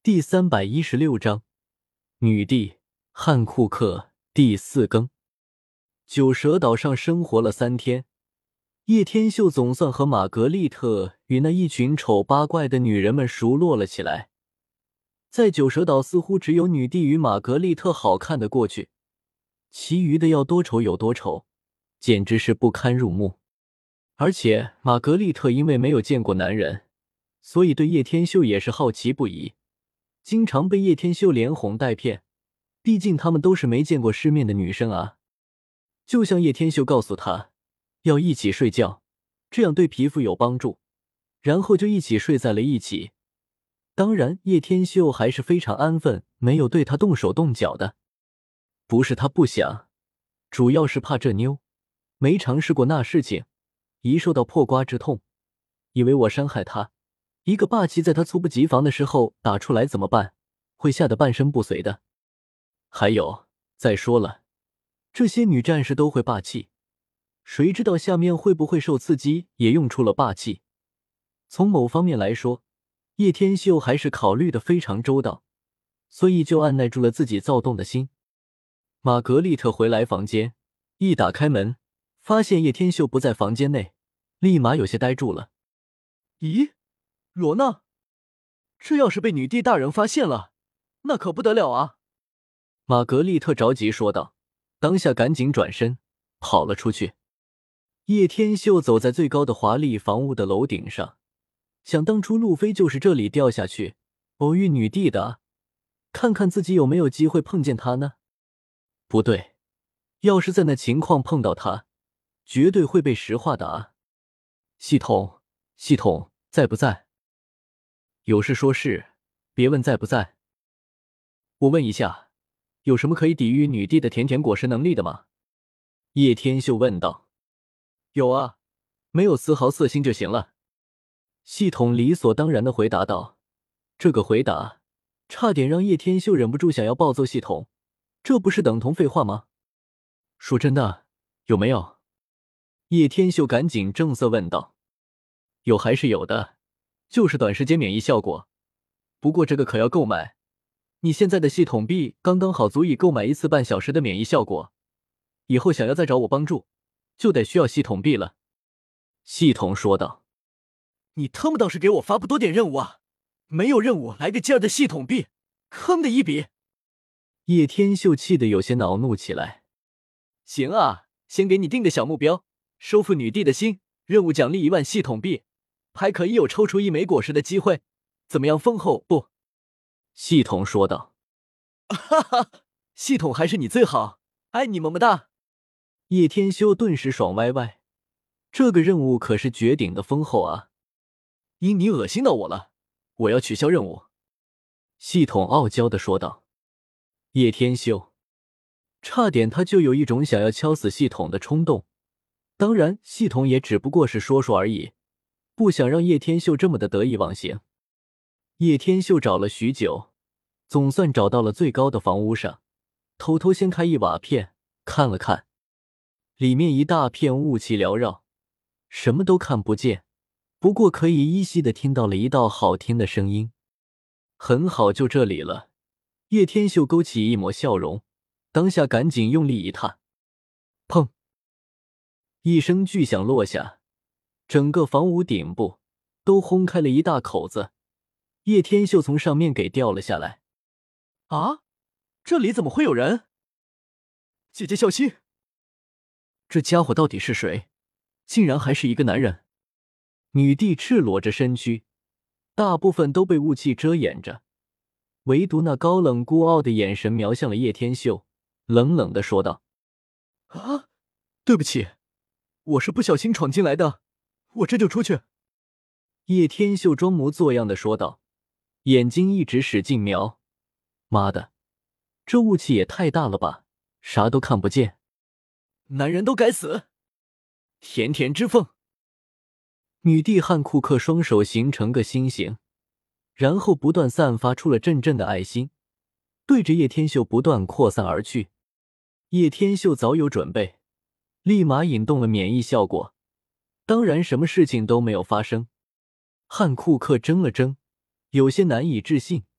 第316章女帝汉库克第4更。九蛇岛上生活了3天，叶天秀总算和玛格丽特与那一群丑八怪的女人们熟络了起来。在九蛇岛似乎只有女帝与玛格丽特好看的过去，其余的要多丑有多丑，简直是不堪入目。而且玛格丽特因为没有见过男人，所以对叶天秀也是好奇不已，经常被叶天秀连哄带骗，毕竟他们都是没见过世面的女生啊。就像叶天秀告诉他要一起睡觉，这样对皮肤有帮助，然后就一起睡在了一起。当然叶天秀还是非常安分，没有对他动手动脚的。不是他不想，主要是怕这妞没尝试过那事情，一受到破瓜之痛，以为我伤害他，一个霸气在他猝不及防的时候打出来怎么办？会吓得半身不遂的。还有，再说了，这些女战士都会霸气，谁知道下面会不会受刺激也用出了霸气。从某方面来说，叶天秀还是考虑得非常周到，所以就按耐住了自己躁动的心。玛格丽特回来房间，一打开门，发现叶天秀不在房间内，立马有些呆住了。咦，罗娜，这要是被女帝大人发现了，那可不得了啊！玛格丽特着急说道，当下赶紧转身跑了出去。叶天秀走在最高的华丽房屋的楼顶上，想当初路飞就是这里掉下去偶遇女帝的，看看自己有没有机会碰见她呢？不对，要是在那情况碰到她，绝对会被石化的啊！系统在不在？有事说事，别问在不在。我问一下，有什么可以抵御女帝的甜甜果实能力的吗？叶天秀问道。有啊，没有丝毫色心就行了。系统理所当然地回答道。这个回答差点让叶天秀忍不住想要暴揍系统，这不是等同废话吗？说真的，有没有？叶天秀赶紧正色问道。有还是有的，就是短时间免疫效果，不过这个可要购买，你现在的系统币刚刚好足以购买1次半小时的免疫效果，以后想要再找我帮助，就得需要系统币了。系统说道。 你他妈倒是给我发布多点任务啊！没有任务来个劲儿的系统币，坑的一笔。 叶天秀气得有些恼怒起来。 行啊，先给你定个小目标，收复女帝的心，任务奖励1万系统币，还可以有抽出1枚果实的机会，怎么样丰厚不？ 系统说道。 哈哈，系统还是你最好，爱你么么哒。 叶天修顿时爽歪歪，这个任务可是绝顶的丰厚啊！ 因你恶心到我了，我要取消任务。 系统傲娇地说道。叶天修差点他就有一种想要敲死系统的冲动，当然系统也只不过是说说而已，不想让叶天秀这么的得意忘形。叶天秀找了许久，总算找到了最高的房屋上，偷偷掀开一瓦片看了看，里面一大片雾气缭绕，什么都看不见，不过可以依稀的听到了一道好听的声音。很好，就这里了。叶天秀勾起一抹笑容，当下赶紧用力一踏，砰！一声巨响落下，整个房屋顶部都轰开了一大口子，叶天秀从上面给掉了下来。 啊，这里怎么会有人？姐姐小心！ 这家伙到底是谁？竟然还是一个男人。女帝赤裸着身躯，大部分都被雾气遮掩着，唯独那高冷孤傲的眼神瞄向了叶天秀，冷冷地说道： 啊，对不起，我是不小心闯进来的，我这就出去。 叶天秀装模作样地说道，眼睛一直使劲瞄。妈的，这雾气也太大了吧，啥都看不见。 男人都该死！甜甜之凤。 女帝汉库克双手形成个心形，然后不断散发出了阵阵的爱心，对着叶天秀不断扩散而去。叶天秀早有准备，立马引动了免疫效果，当然什么事情都没有发生。汉库克怔了怔，有些难以置信，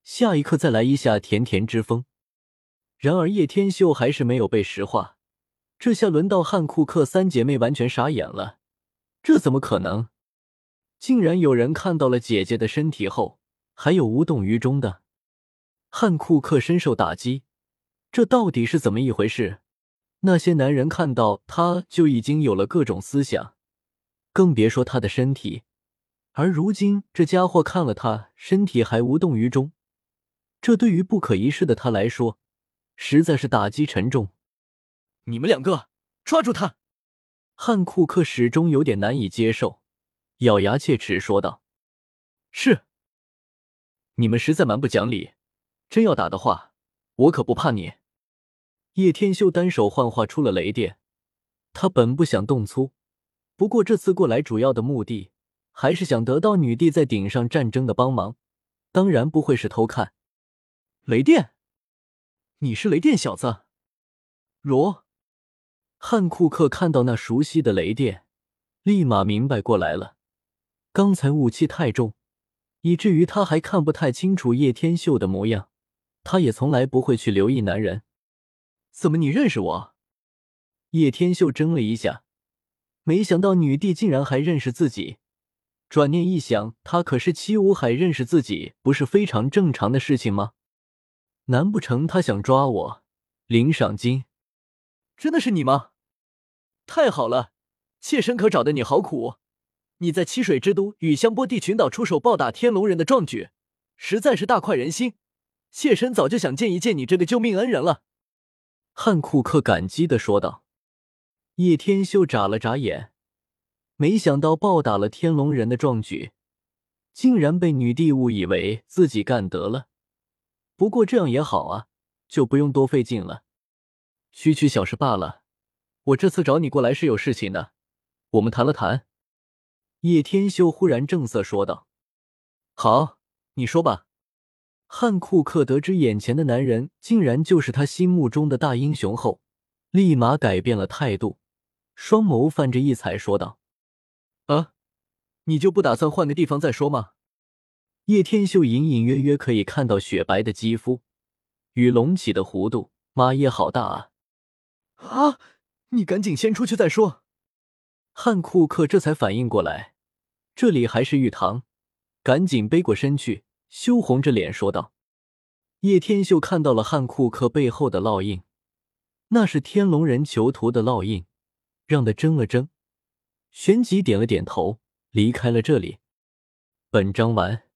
下一刻再来一下甜甜之风。然而叶天秀还是没有被石化，这下轮到汉库克三姐妹完全傻眼了，这怎么可能？竟然有人看到了姐姐的身体后，还有无动于衷的。汉库克深受打击，这到底是怎么一回事？那些男人看到他就已经有了各种思想，更别说他的身体。而如今这家伙看了他身体还无动于衷，这对于不可一世的他来说，实在是打击沉重。 你们两个抓住他！ 汉库克始终有点难以接受，咬牙切齿说道： 是，你们实在蛮不讲理，真要打的话，我可不怕你。 叶天秀单手幻化出了雷电，他本不想动粗，不过这次过来主要的目的还是想得到女帝在顶上战争的帮忙，当然不会是偷看。 雷电？你是雷电小子？罗？ 汉库克看到那熟悉的雷电，立马明白过来了。刚才雾气太重，以至于他还看不太清楚叶天秀的模样。他也从来不会去留意男人。 怎么你认识我？ 叶天秀怔了一下，没想到女帝竟然还认识自己。转念一想，他可是七武海，认识自己不是非常正常的事情吗？难不成他想抓我领赏金？ 真的是你吗？太好了，妾身可找得你好苦。你在七水之都与香波地群岛出手暴打天龙人的壮举，实在是大快人心。妾身早就想见一见你这个救命恩人了。 汉库克感激地说道。叶天秀眨了眨眼，没想到暴打了天龙人的壮举，竟然被女帝误以为自己干得了。不过这样也好啊，就不用多费劲了。区区小事罢了，我这次找你过来是有事情的，我们谈了谈。叶天秀忽然正色说道。 好，你说吧。 汉库克得知眼前的男人竟然就是他心目中的大英雄后，立马改变了态度，双眸泛着异彩说道： 你就不打算换个地方再说吗？ 叶天秀隐隐约约可以看到雪白的肌肤与隆起的弧度，妈耶好大啊！ 啊，你赶紧先出去再说。 汉库克这才反应过来，这里还是浴堂，赶紧背过身去，羞红着脸说道。叶天秀看到了汉库克背后的烙印，那是天龙人囚徒的烙印，让他怔了怔，旋即点了点头，离开了这里。本章完。